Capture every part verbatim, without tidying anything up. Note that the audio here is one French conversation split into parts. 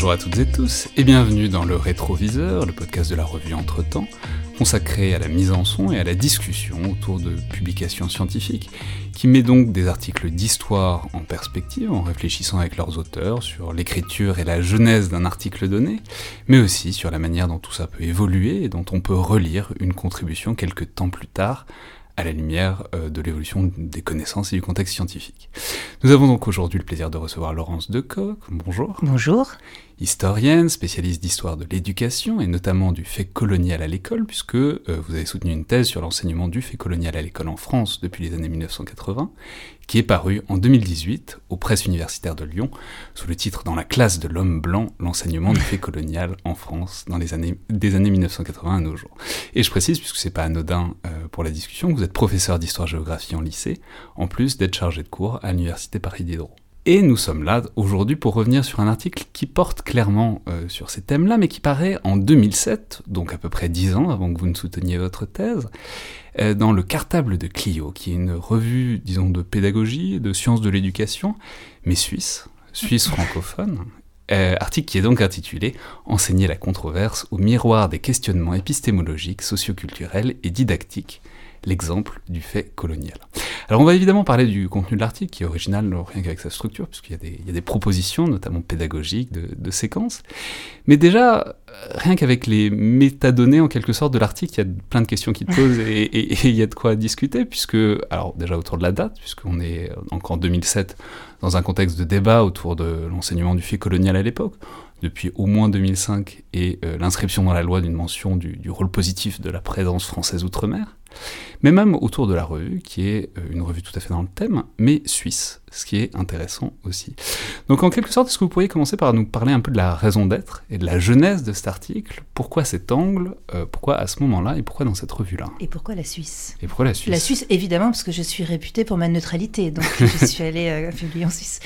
Bonjour à toutes et tous, et bienvenue dans le Rétroviseur, le podcast de la revue Entre-temps, consacré à la mise en son et à la discussion autour de publications scientifiques, qui met donc des articles d'histoire en perspective, en réfléchissant avec leurs auteurs sur l'écriture et la genèse d'un article donné, mais aussi sur la manière dont tout ça peut évoluer et dont on peut relire une contribution quelques temps plus tard, à la lumière euh, de l'évolution des connaissances et du contexte scientifique. Nous avons donc aujourd'hui le plaisir de recevoir Laurence Decoq. Bonjour. Bonjour. Historienne, spécialiste d'histoire de l'éducation et notamment du fait colonial à l'école, puisque euh, vous avez soutenu une thèse sur l'enseignement du fait colonial à l'école en France depuis les années mille neuf cent quatre-vingts, qui est parue en deux mille dix-huit aux Presses universitaires de Lyon, sous le titre « Dans la classe de l'homme blanc, l'enseignement du fait colonial en France dans les années, des années mille neuf cent quatre-vingts à nos jours ». Et je précise, puisque c'est pas anodin euh, pour la discussion, que vous êtes professeur d'histoire-géographie en lycée, en plus d'être chargé de cours à l'Université Paris Diderot. Et nous sommes là aujourd'hui pour revenir sur un article qui porte clairement euh, sur ces thèmes-là, mais qui paraît en deux mille sept, donc à peu près dix ans avant que vous ne souteniez votre thèse, euh, dans le Cartable de Clio, qui est une revue, disons, de pédagogie, et de sciences de l'éducation, mais suisse, suisse francophone. Euh, article qui est donc intitulé « Enseigner la controverse au miroir des questionnements épistémologiques, socioculturels et didactiques ». L'exemple du fait colonial. Alors on va évidemment parler du contenu de l'article, qui est original rien qu'avec sa structure, puisqu'il y a des, il y a des propositions, notamment pédagogiques, de, de séquences. Mais déjà, rien qu'avec les métadonnées, en quelque sorte, de l'article, il y a plein de questions qui te posent et, et, et il y a de quoi discuter, puisque, alors déjà autour de la date, puisqu'on est encore en deux mille sept, dans un contexte de débat autour de l'enseignement du fait colonial à l'époque, depuis au moins deux mille cinq, et euh, l'inscription dans la loi d'une mention du, du rôle positif de la présence française outre-mer, mais même autour de la revue, qui est euh, une revue tout à fait dans le thème, mais suisse, ce qui est intéressant aussi. Donc en quelque sorte, est-ce que vous pourriez commencer par nous parler un peu de la raison d'être et de la genèse de cet article? Pourquoi cet angle? euh, Pourquoi à ce moment-là? Et pourquoi dans cette revue-là? Et pourquoi la Suisse? Et pourquoi la Suisse? La Suisse, évidemment, parce que je suis réputée pour ma neutralité, donc je suis allée euh, publier en Suisse.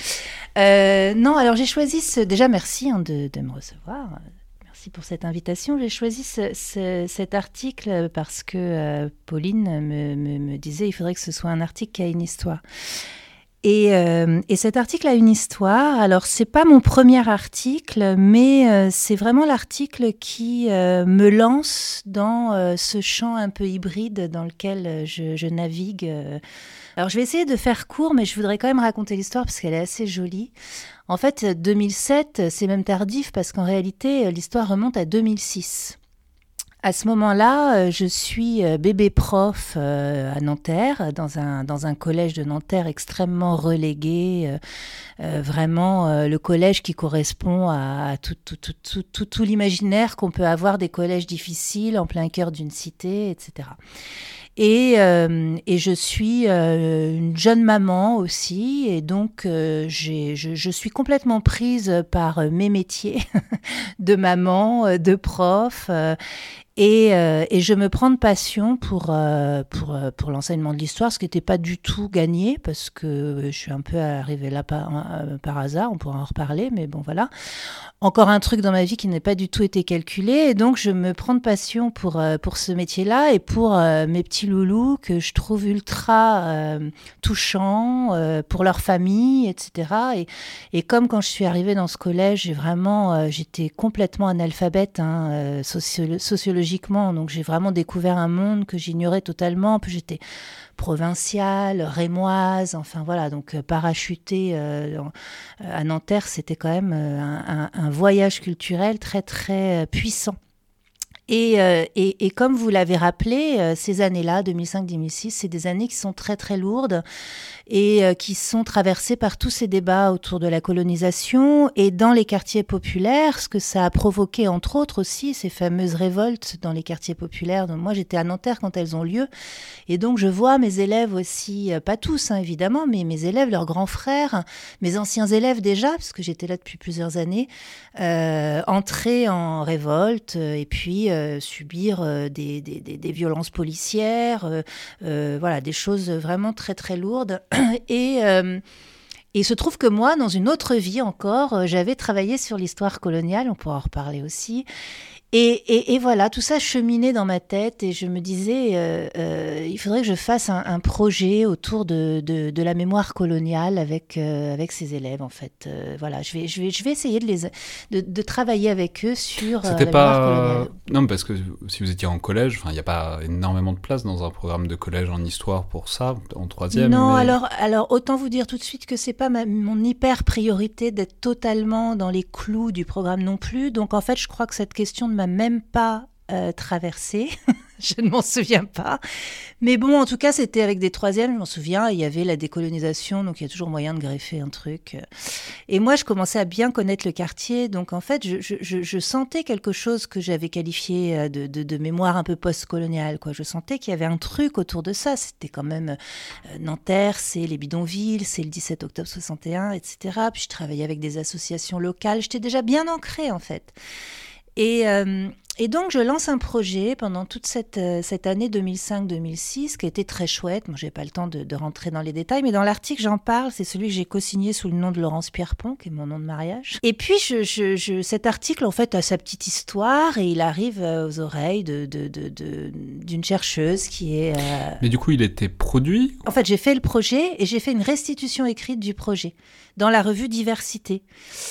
Euh, non, alors j'ai choisi ce... Déjà, merci hein, de, de me recevoir. Merci pour cette invitation. J'ai choisi ce, ce, cet article parce que euh, Pauline me, me, me disait qu'il faudrait que ce soit un article qui a une histoire. Et, euh, et cet article a une histoire. Alors, c'est pas mon premier article, mais euh, c'est vraiment l'article qui euh, me lance dans euh, ce champ un peu hybride dans lequel je, je navigue. Euh. Alors, je vais essayer de faire court, mais je voudrais quand même raconter l'histoire parce qu'elle est assez jolie. En fait, deux mille sept, c'est même tardif parce qu'en réalité, l'histoire remonte à deux mille six. À ce moment-là, je suis bébé prof à Nanterre, dans un, dans un collège de Nanterre extrêmement relégué, euh, vraiment le collège qui correspond à tout, tout, tout, tout, tout, tout l'imaginaire qu'on peut avoir des collèges difficiles en plein cœur d'une cité, et cetera. Et, euh, et je suis euh, une jeune maman aussi, et donc euh, j'ai, je, je suis complètement prise par mes métiers de maman, de prof, euh, et, euh, et je me prends de passion pour, euh, pour, pour l'enseignement de l'histoire, ce qui n'était pas du tout gagné, parce que je suis un peu arrivée là par, euh, par hasard, on pourra en reparler, mais bon voilà. Encore un truc dans ma vie qui n'a pas du tout été calculé, et donc je me prends de passion pour, euh, pour ce métier-là et pour euh, mes petits loulous que je trouve ultra euh, touchants, euh, pour leur famille, et cetera. Et, et comme quand je suis arrivée dans ce collège, j'ai vraiment, euh, j'étais complètement analphabète hein, euh, socio- sociologiquement, donc j'ai vraiment découvert un monde que j'ignorais totalement. Puis j'étais provinciale, rémoise, enfin voilà, donc euh, parachutée euh, à Nanterre, c'était quand même euh, un, un, un voyage culturel très très puissant. Et, euh, et, et comme vous l'avez rappelé, euh, ces années-là, deux mille cinq deux mille six, c'est des années qui sont très très lourdes et euh, qui sont traversées par tous ces débats autour de la colonisation et dans les quartiers populaires, ce que ça a provoqué entre autres aussi, ces fameuses révoltes dans les quartiers populaires. Donc, moi j'étais à Nanterre quand elles ont lieu et donc je vois mes élèves aussi, euh, pas tous hein, évidemment, mais mes élèves, leurs grands frères, mes anciens élèves déjà, parce que j'étais là depuis plusieurs années, euh, entrer en révolte euh, et puis euh, subir euh, des, des, des, des violences policières, euh, euh, voilà, des choses vraiment très très lourdes. Et, euh, et il se trouve que moi, dans une autre vie encore, euh, j'avais travaillé sur l'histoire coloniale, on pourra en reparler aussi. Et, et, et voilà, tout ça cheminait dans ma tête et je me disais, euh, euh, il faudrait que je fasse un, un projet autour de, de, de la mémoire coloniale avec, euh, avec ces élèves, en fait. Euh, voilà, je vais, je, vais, je vais essayer de, les, de, de travailler avec eux sur euh, la pas... mémoire coloniale. Non, parce que si vous étiez en collège, il n'y a pas énormément de place dans un programme de collège en histoire pour ça, en troisième. Non, mais... alors, alors autant vous dire tout de suite que c'est pas ma, mon hyper priorité d'être totalement dans les clous du programme non plus. Donc en fait, je crois que cette question ne m'a même pas euh, traversée. Je ne m'en souviens pas. Mais bon, en tout cas, c'était avec des troisièmes, je m'en souviens. Il y avait la décolonisation, donc il y a toujours moyen de greffer un truc. Et moi, je commençais à bien connaître le quartier. Donc en fait, je, je, je sentais quelque chose que j'avais qualifié de, de, de mémoire un peu post-coloniale, quoi. Je sentais qu'il y avait un truc autour de ça. C'était quand même euh, Nanterre, c'est les bidonvilles, c'est le dix-sept octobre soixante et un, et cetera. Puis je travaillais avec des associations locales. J'étais déjà bien ancrée, en fait. Et, euh, et donc, je lance un projet pendant toute cette, euh, cette année deux mille cinq deux mille six, qui était très chouette. Moi, je n'ai pas le temps de, de rentrer dans les détails, mais dans l'article, j'en parle. C'est celui que j'ai co-signé sous le nom de Laurence Pierrepont, qui est mon nom de mariage. Et puis, je, je, je, cet article, en fait, a sa petite histoire et il arrive euh, aux oreilles de, de, de, de, d'une chercheuse qui est... Euh... Mais du coup, il était produit ? En fait, j'ai fait le projet et j'ai fait une restitution écrite du projet dans la revue Diversité.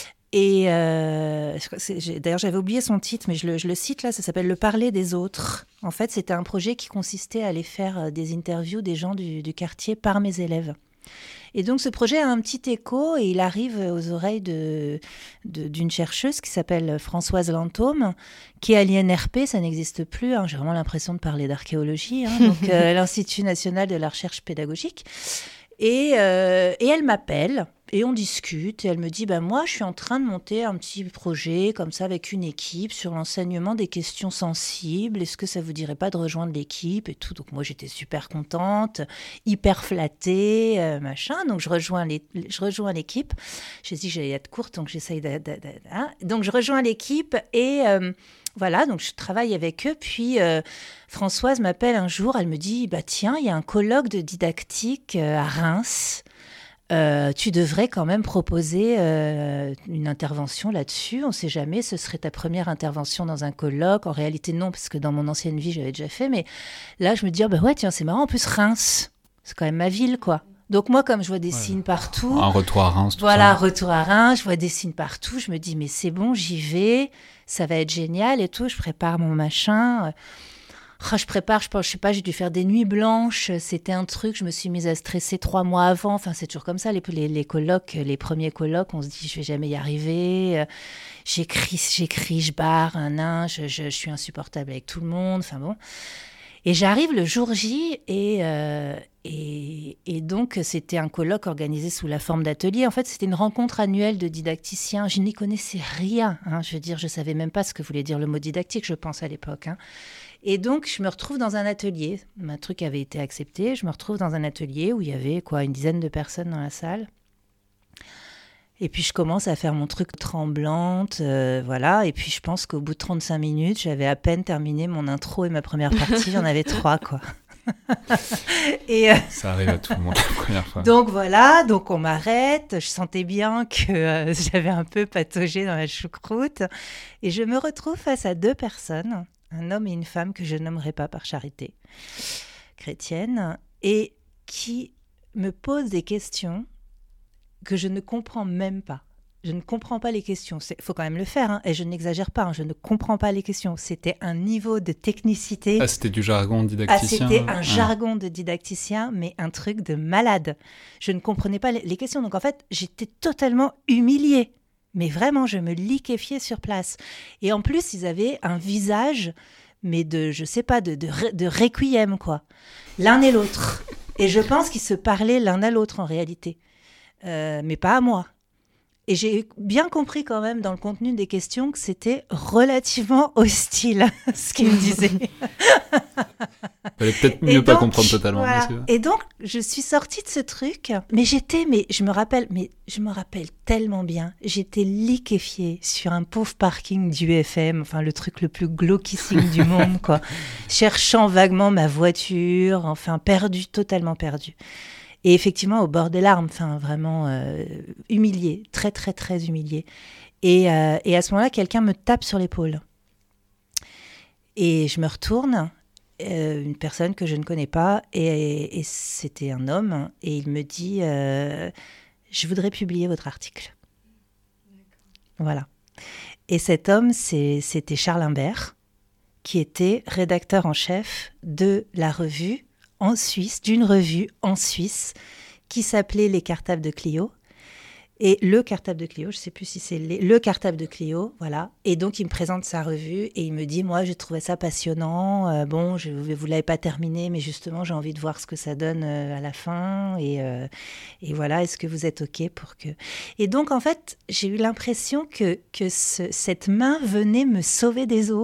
Et euh, d'ailleurs, j'avais oublié son titre, mais je le, je le cite là, ça s'appelle « Le parler des autres ». En fait, c'était un projet qui consistait à aller faire des interviews des gens du, du quartier par mes élèves. Et donc, ce projet a un petit écho et il arrive aux oreilles de, de, d'une chercheuse qui s'appelle Françoise Lantôme, qui est à l'I N R P, ça n'existe plus. Hein, j'ai vraiment l'impression de parler d'archéologie. Hein, donc, euh, l'Institut national de la recherche pédagogique. Et, euh, et elle m'appelle et on discute et elle me dit ben moi je suis en train de monter un petit projet comme ça avec une équipe sur l'enseignement des questions sensibles, est-ce que ça vous dirait pas de rejoindre l'équipe et tout. Donc moi j'étais super contente, hyper flattée, euh, machin. Donc je rejoins, les, je rejoins l'équipe. J'ai dit que j'allais être courte donc j'essaye de, de, de, de hein. Donc je rejoins l'équipe et euh, voilà, donc je travaille avec eux. Puis euh, Françoise m'appelle un jour, elle me dit bah tiens, il y a un colloque de didactique euh, à Reims. Euh, tu devrais quand même proposer euh, une intervention là-dessus. On ne sait jamais, ce serait ta première intervention dans un colloque. En réalité, non, parce que dans mon ancienne vie, j'avais déjà fait. Mais là, je me dis, oh, bah ouais, tiens, c'est marrant. En plus, Reims, c'est quand même ma ville, quoi. Donc moi, comme je vois des ouais. signes partout... Un retour à Reims, tout Voilà, ça. retour à Reims, je vois des signes partout. Je me dis, mais c'est bon, j'y vais. Ça va être génial et tout. Je prépare mon machin... Oh, je prépare, je pense, je sais pas, j'ai dû faire des nuits blanches. C'était un truc, je me suis mise à stresser trois mois avant. Enfin, c'est toujours comme ça, les, les, les colloques, les premiers colloques, on se dit, je vais jamais y arriver. J'écris, j'écris, je barre, un nain, je, je, je suis insupportable avec tout le monde. Enfin bon. Et j'arrive le jour J et, euh, et, et donc c'était un colloque organisé sous la forme d'atelier. En fait, c'était une rencontre annuelle de didacticiens. Je n'y connaissais rien. Hein. Je veux dire, je savais même pas ce que voulait dire le mot didactique, je pense, à l'époque. Hein. Et donc, je me retrouve dans un atelier. Un truc avait été accepté. Je me retrouve dans un atelier où il y avait quoi, une dizaine de personnes dans la salle. Et puis, je commence à faire mon truc tremblante. Euh, voilà. Et puis, je pense qu'au bout de trente-cinq minutes, j'avais à peine terminé mon intro et ma première partie. J'en avais trois, quoi. et euh... Ça arrive à tout le monde la première fois. Donc, voilà. Donc, on m'arrête. Je sentais bien que euh, j'avais un peu pataugé dans la choucroute. Et je me retrouve face à deux personnes. Un homme et une femme que je nommerai pas par charité chrétienne, et qui me posent des questions que je ne comprends même pas. Je ne comprends pas les questions. Il faut quand même le faire, hein, et je n'exagère pas, hein, je ne comprends pas les questions. C'était un niveau de technicité... Ah, c'était du jargon didacticien. Ah, c'était un ah. jargon de didacticien, mais un truc de malade. Je ne comprenais pas les, les questions, donc en fait, j'étais totalement humiliée. Mais vraiment, je me liquéfiais sur place. Et en plus, ils avaient un visage, mais de, je sais pas, de, de, de requiem, quoi. L'un et l'autre. Et je pense qu'ils se parlaient l'un à l'autre, en réalité. Euh, mais pas à moi. Et j'ai bien compris quand même dans le contenu des questions que c'était relativement hostile, ce qu'ils me disaient. Fallait peut-être mieux donc, pas comprendre totalement. Voilà. Et donc, je suis sortie de ce truc, mais j'étais, mais je me rappelle, mais je me rappelle tellement bien, j'étais liquéfiée sur un pauvre parking du F M, enfin le truc le plus glauquissime du monde, quoi, cherchant vaguement ma voiture, enfin perdue, totalement perdue. Et effectivement, au bord des larmes, enfin vraiment euh, humiliée, très très très humiliée. Et, euh, et à ce moment-là, quelqu'un me tape sur l'épaule. Et je me retourne, euh, une personne que je ne connais pas, et, et c'était un homme, et il me dit euh, « Je voudrais publier votre article. » Voilà. Et cet homme, c'est, c'était Charles Imbert, qui était rédacteur en chef de la revue en Suisse, d'une revue en Suisse, qui s'appelait Les Cartables de Clio. Et le cartable de Clio, je ne sais plus si c'est les, le cartable de Clio, voilà. Et donc, il me présente sa revue et il me dit, moi, j'ai trouvé ça passionnant. Euh, bon, je, vous ne l'avez pas terminé, mais justement, j'ai envie de voir ce que ça donne euh, à la fin. Et, euh, et voilà, est-ce que vous êtes OK pour que... Et donc, en fait, j'ai eu l'impression que, que ce, cette main venait me sauver des eaux.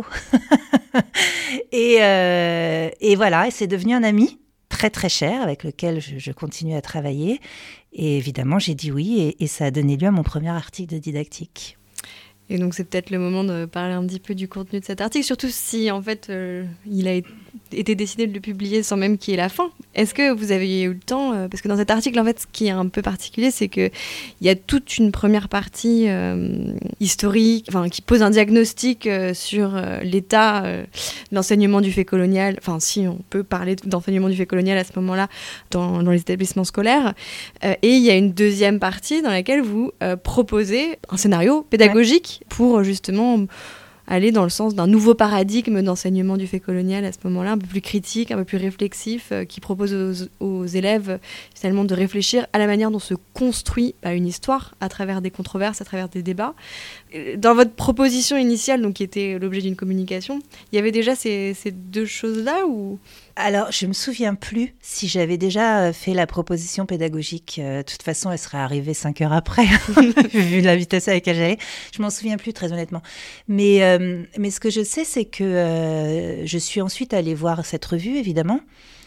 et, euh, et voilà, et c'est devenu un ami très, très cher avec lequel je, je continue à travailler. Et évidemment, j'ai dit oui, et, et ça a donné lieu à mon premier article de didactique. Et donc, c'est peut-être le moment de parler un petit peu du contenu de cet article, surtout si, en fait, euh, il a été décidé de le publier sans même qu'il y ait la fin. Est-ce que vous avez eu le temps euh, parce que dans cet article, en fait, ce qui est un peu particulier, c'est qu'il y a toute une première partie euh, historique, enfin, qui pose un diagnostic euh, sur euh, l'état euh, de l'enseignement du fait colonial, enfin, si on peut parler d'enseignement du fait colonial à ce moment-là dans, dans les établissements scolaires. Euh, et il y a une deuxième partie dans laquelle vous euh, proposez un scénario pédagogique, ouais, pour justement aller dans le sens d'un nouveau paradigme d'enseignement du fait colonial à ce moment-là, un peu plus critique, un peu plus réflexif, euh, qui propose aux, aux élèves finalement de réfléchir à la manière dont se construit bah, une histoire à travers des controverses, à travers des débats. Dans votre proposition initiale, donc, qui était l'objet d'une communication, il y avait déjà ces, ces deux choses-là ou... Alors, je ne me souviens plus si j'avais déjà fait la proposition pédagogique. Euh, de toute façon, elle serait arrivée cinq heures après, vu la vitesse à laquelle j'allais. Je m'en souviens plus, très honnêtement. Mais, euh, mais ce que je sais, c'est que euh, je suis ensuite allée voir cette revue, évidemment.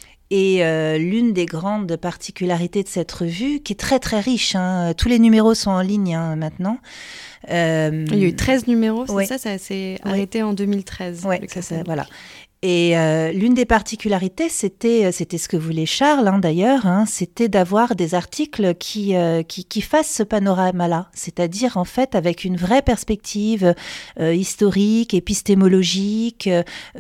Et euh, l'une des grandes particularités de cette revue, qui est très, très riche, hein, tous les numéros sont en ligne hein, maintenant. Euh, Il y a eu treize numéros, c'est oui. ça Ça s'est oui. arrêté en deux mille treize. Oui, ça, ça, voilà. Et euh, l'une des particularités, c'était, c'était ce que voulait Charles, hein, d'ailleurs, hein, c'était d'avoir des articles qui, euh, qui, qui fassent ce panorama-là, c'est-à-dire en fait avec une vraie perspective euh, historique, épistémologique,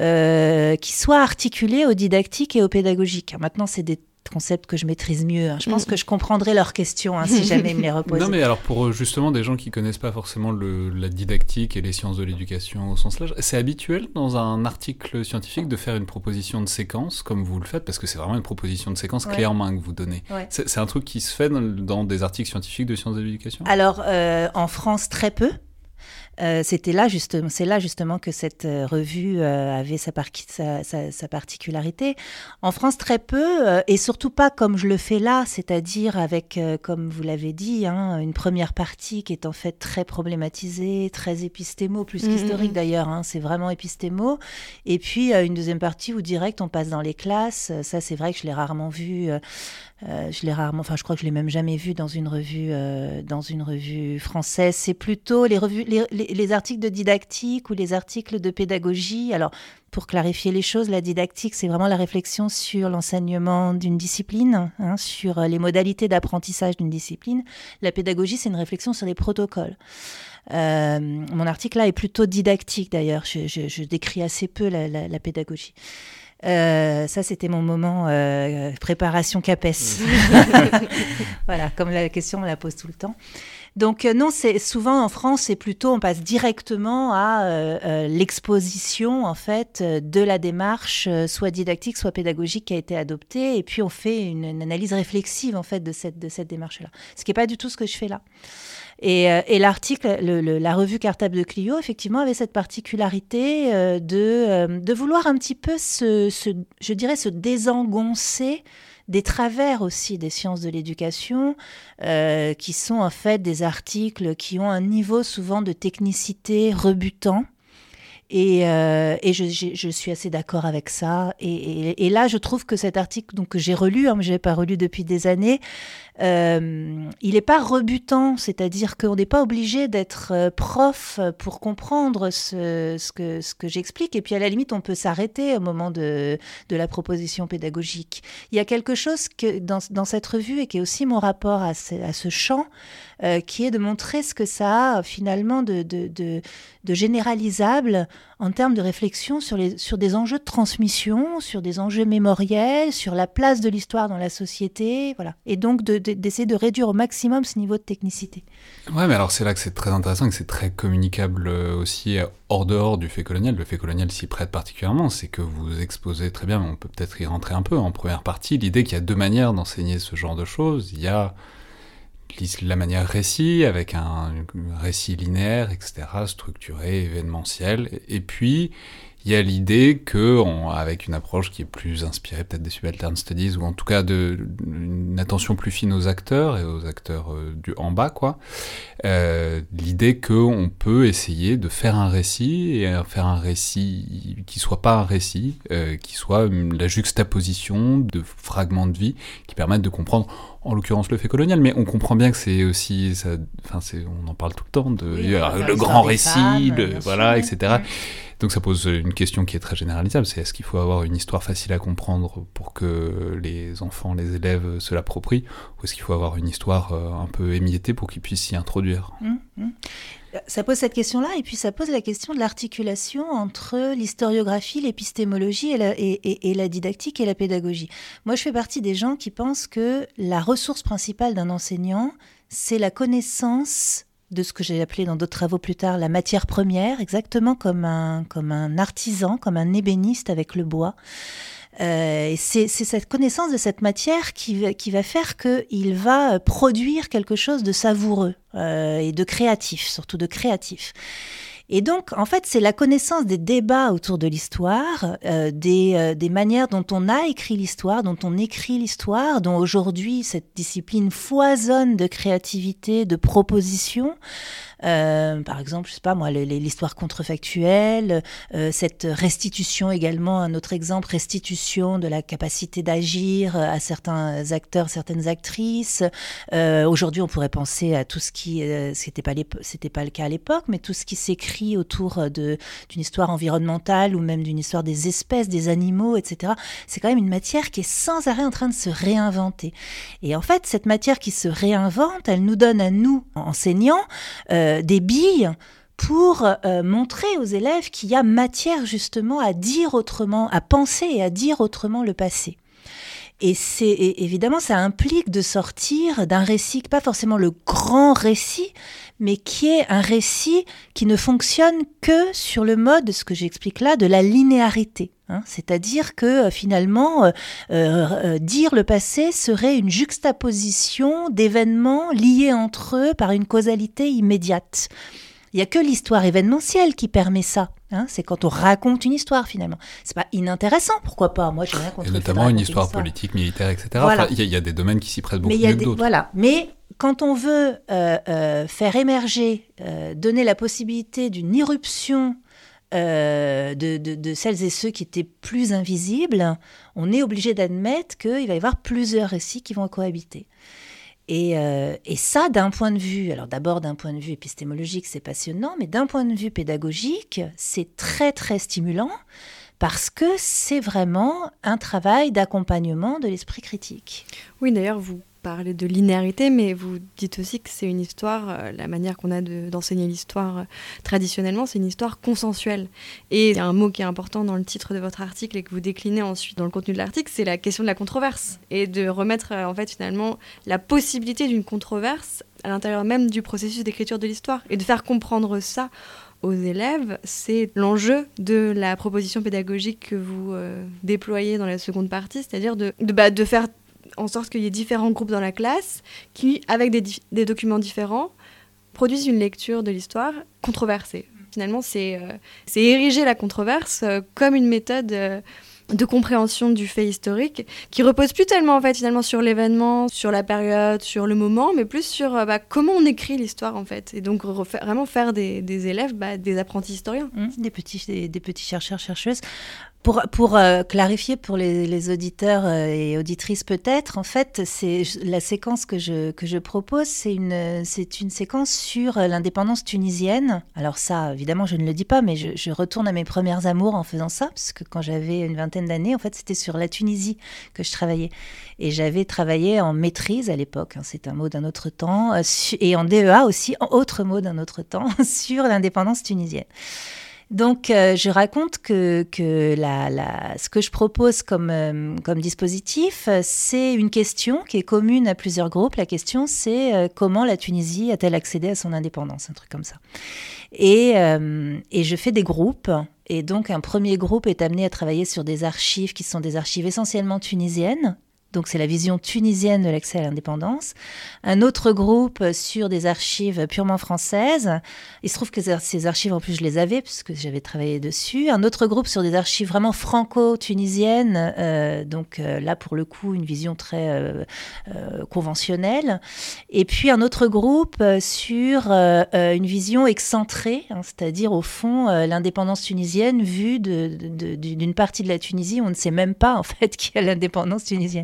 euh, qui soit articulée au didactique et au pédagogique. Alors maintenant, c'est des concepts que je maîtrise mieux. Hein. Je pense que je comprendrai leurs questions hein, si jamais ils me les reposent. Non, mais alors pour justement des gens qui connaissent pas forcément le, la didactique et les sciences de l'éducation au sens large, c'est habituel dans un article scientifique de faire une proposition de séquence comme vous le faites, parce que c'est vraiment une proposition de séquence ouais. clé en main que vous donnez. Ouais. C'est, c'est un truc qui se fait dans, dans des articles scientifiques de sciences de l'éducation ? Alors, euh, en France, très peu. Euh, c'était là justement, c'est là justement que cette euh, revue euh, avait sa, par- sa, sa, sa particularité. En France, très peu, euh, et surtout pas comme je le fais là, c'est-à-dire avec, euh, comme vous l'avez dit, hein, une première partie qui est en fait très problématisée, très épistémo, plus mmh, qu'historique mmh. d'ailleurs, hein, c'est vraiment épistémo. Et puis euh, une deuxième partie où direct on passe dans les classes. Ça, c'est vrai que je l'ai rarement vu. Euh, Euh, je l'ai rarement, enfin je crois que je l'ai même jamais vu dans une revue, euh, dans une revue française. C'est plutôt les revues, les, les, les articles de didactique ou les articles de pédagogie. Alors pour clarifier les choses, la didactique c'est vraiment la réflexion sur l'enseignement d'une discipline, hein, sur les modalités d'apprentissage d'une discipline. La pédagogie c'est une réflexion sur les protocoles. Euh, mon article là est plutôt didactique d'ailleurs. Je, je, je décris assez peu la, la, la pédagogie. Euh, ça, c'était mon moment euh, préparation CAPES. Voilà, comme la question, on la pose tout le temps. Donc euh, non, c'est souvent en France, c'est plutôt, on passe directement à euh, euh, l'exposition en fait de la démarche, euh, soit didactique, soit pédagogique, qui a été adoptée, et puis on fait une, une analyse réflexive en fait de cette de cette démarche-là. Ce qui n'est pas du tout ce que je fais là. Et, euh, et l'article, le, le, la revue Cartable de Clio, effectivement, avait cette particularité euh, de, euh, de vouloir un petit peu se, se, je dirais, se désengoncer des travers aussi des sciences de l'éducation, euh, qui sont en fait des articles qui ont un niveau souvent de technicité rebutant. Et, euh, et je, je, je suis assez d'accord avec ça. Et, et, et là, je trouve que cet article, donc, que j'ai relu, hein, mais je ne l'ai pas relu depuis des années, euh, il n'est pas rebutant, c'est-à-dire qu'on n'est pas obligé d'être prof pour comprendre ce, ce que, ce que j'explique. Et puis, à la limite, on peut s'arrêter au moment de, de la proposition pédagogique. Il y a quelque chose que, dans, dans cette revue, et qui est aussi mon rapport à ce, à ce champ, euh, qui est de montrer ce que ça a finalement de, de, de, de généralisable en termes de réflexion sur, les, sur des enjeux de transmission, sur des enjeux mémoriels, sur la place de l'histoire dans la société, voilà. Et donc de, de, d'essayer de réduire au maximum ce niveau de technicité. Ouais, mais alors c'est là que c'est très intéressant et que c'est très communicable aussi hors dehors du fait colonial. Le fait colonial s'y prête particulièrement, c'est que vous exposez très bien, mais on peut peut-être y rentrer un peu en première partie, l'idée qu'il y a deux manières d'enseigner ce genre de choses. Il y a la manière récit, avec un récit linéaire, et cetera, structuré, événementiel, et puis il y a l'idée que, on, avec une approche qui est plus inspirée peut-être des subaltern studies, ou en tout cas de, une attention plus fine aux acteurs, et aux acteurs euh, du en bas, quoi, euh, l'idée qu'on peut essayer de faire un récit, et faire un récit qui soit pas un récit, euh, qui soit la juxtaposition de fragments de vie qui permettent de comprendre, en l'occurrence le fait colonial, mais on comprend bien que c'est aussi, ça, enfin c'est, on en parle tout le temps, de, oui, euh, le grand récit, femmes, le, voilà, sûr, et cetera. Oui. Donc ça pose une question qui est très généralisable, c'est est-ce qu'il faut avoir une histoire facile à comprendre pour que les enfants, les élèves se l'approprient, ou est-ce qu'il faut avoir une histoire un peu émiettée pour qu'ils puissent s'y introduire ? Mmh, mmh. Ça pose cette question-là, et puis ça pose la question de l'articulation entre l'historiographie, l'épistémologie et la, et, et, et la didactique et la pédagogie. Moi, je fais partie des gens qui pensent que la ressource principale d'un enseignant, c'est la connaissance de ce que j'ai appelé dans d'autres travaux plus tard la matière première, exactement comme un, comme un artisan, comme un ébéniste avec le bois. Euh, et c'est, c'est cette connaissance de cette matière qui, qui va faire qu'il va produire quelque chose de savoureux euh, et de créatif, surtout de créatif. Et donc, en fait, c'est la connaissance des débats autour de l'histoire, euh, des, euh, des manières dont on a écrit l'histoire, dont on écrit l'histoire, dont aujourd'hui cette discipline foisonne de créativité, de propositions. Euh, par exemple, je sais pas moi, les, les, l'histoire contrefactuelle, euh, cette restitution également, un autre exemple, restitution de la capacité d'agir à certains acteurs, certaines actrices. Euh, aujourd'hui, on pourrait penser à tout ce qui, euh, c'était pas c'était pas le cas à l'époque, mais tout ce qui s'écrit autour de d'une histoire environnementale ou même d'une histoire des espèces, des animaux, et cetera. C'est quand même une matière qui est sans arrêt en train de se réinventer. Et en fait, cette matière qui se réinvente, elle nous donne à nous, enseignants, euh, des billes pour euh, montrer aux élèves qu'il y a matière justement à dire autrement, à penser et à dire autrement le passé. Et c'est et évidemment, ça implique de sortir d'un récit, pas forcément le grand récit, mais qui est un récit qui ne fonctionne que sur le mode, de ce que j'explique là, de la linéarité. Hein, c'est-à-dire que euh, finalement, euh, euh, dire le passé serait une juxtaposition d'événements liés entre eux par une causalité immédiate. Il n'y a que l'histoire événementielle qui permet ça. Hein, c'est quand on raconte une histoire, finalement. C'est pas inintéressant, pourquoi pas ? Moi, j'ai rien contre et le notamment une histoire, histoire politique, militaire, et cetera. Voilà. Enfin, il y, y a des domaines qui s'y prêtent beaucoup Mais mieux des, que d'autres. Voilà. Mais quand on veut euh, euh, faire émerger, euh, donner la possibilité d'une irruption euh, de, de, de celles et ceux qui étaient plus invisibles, on est obligé d'admettre qu'il va y avoir plusieurs récits qui vont cohabiter. Et, euh, et ça, d'un point de vue, alors d'abord d'un point de vue épistémologique, c'est passionnant, mais d'un point de vue pédagogique, c'est très très stimulant parce que c'est vraiment un travail d'accompagnement de l'esprit critique. Oui, d'ailleurs, vous parlez de linéarité, mais vous dites aussi que c'est une histoire, euh, la manière qu'on a de, d'enseigner l'histoire euh, traditionnellement, c'est une histoire consensuelle. Et il y a un mot qui est important dans le titre de votre article et que vous déclinez ensuite dans le contenu de l'article, c'est la question de la controverse. Et de remettre euh, en fait finalement la possibilité d'une controverse à l'intérieur même du processus d'écriture de l'histoire. Et de faire comprendre ça aux élèves, c'est l'enjeu de la proposition pédagogique que vous euh, déployez dans la seconde partie, c'est-à-dire de, de, bah, de faire en sorte qu'il y ait différents groupes dans la classe qui, avec des, di- des documents différents, produisent une lecture de l'histoire controversée. Finalement, c'est, euh, c'est ériger la controverse euh, comme une méthode euh, de compréhension du fait historique qui repose plus tellement en fait, finalement, sur l'événement, sur la période, sur le moment, mais plus sur euh, bah, comment on écrit l'histoire en fait. Et donc refaire, vraiment faire des, des élèves bah, des apprentis historiens. Mmh, des, petits, des, des petits chercheurs, chercheuses. Pour, pour euh, clarifier pour les, les auditeurs euh, et auditrices peut-être, en fait, c'est la séquence que je, que je propose, c'est une, c'est une séquence sur l'indépendance tunisienne. Alors ça, évidemment, je ne le dis pas, mais je, je retourne à mes premières amours en faisant ça, parce que quand j'avais une vingtaine d'années, en fait, c'était sur la Tunisie que je travaillais. Et j'avais travaillé en maîtrise à l'époque, hein, c'est un mot d'un autre temps, euh, et en D E A aussi, autre mot d'un autre temps, sur l'indépendance tunisienne. Donc, euh, je raconte que, que la, la, ce que je propose comme, euh, comme dispositif, c'est une question qui est commune à plusieurs groupes. La question, c'est euh, comment la Tunisie a-t-elle accédé à son indépendance, un truc comme ça. Et, euh, et je fais des groupes. Et donc, un premier groupe est amené à travailler sur des archives qui sont des archives essentiellement tunisiennes. Donc, c'est la vision tunisienne de l'accès à l'indépendance. Un autre groupe sur des archives purement françaises. Il se trouve que ces archives, en plus, je les avais, puisque j'avais travaillé dessus. Un autre groupe sur des archives vraiment franco-tunisiennes. Euh, donc, euh, là, pour le coup, une vision très euh, euh, conventionnelle. Et puis, un autre groupe sur euh, une vision excentrée, hein, c'est-à-dire, au fond, euh, l'indépendance tunisienne vue de, de, de, d'une partie de la Tunisie. On ne sait même pas, en fait, qui a l'indépendance tunisienne.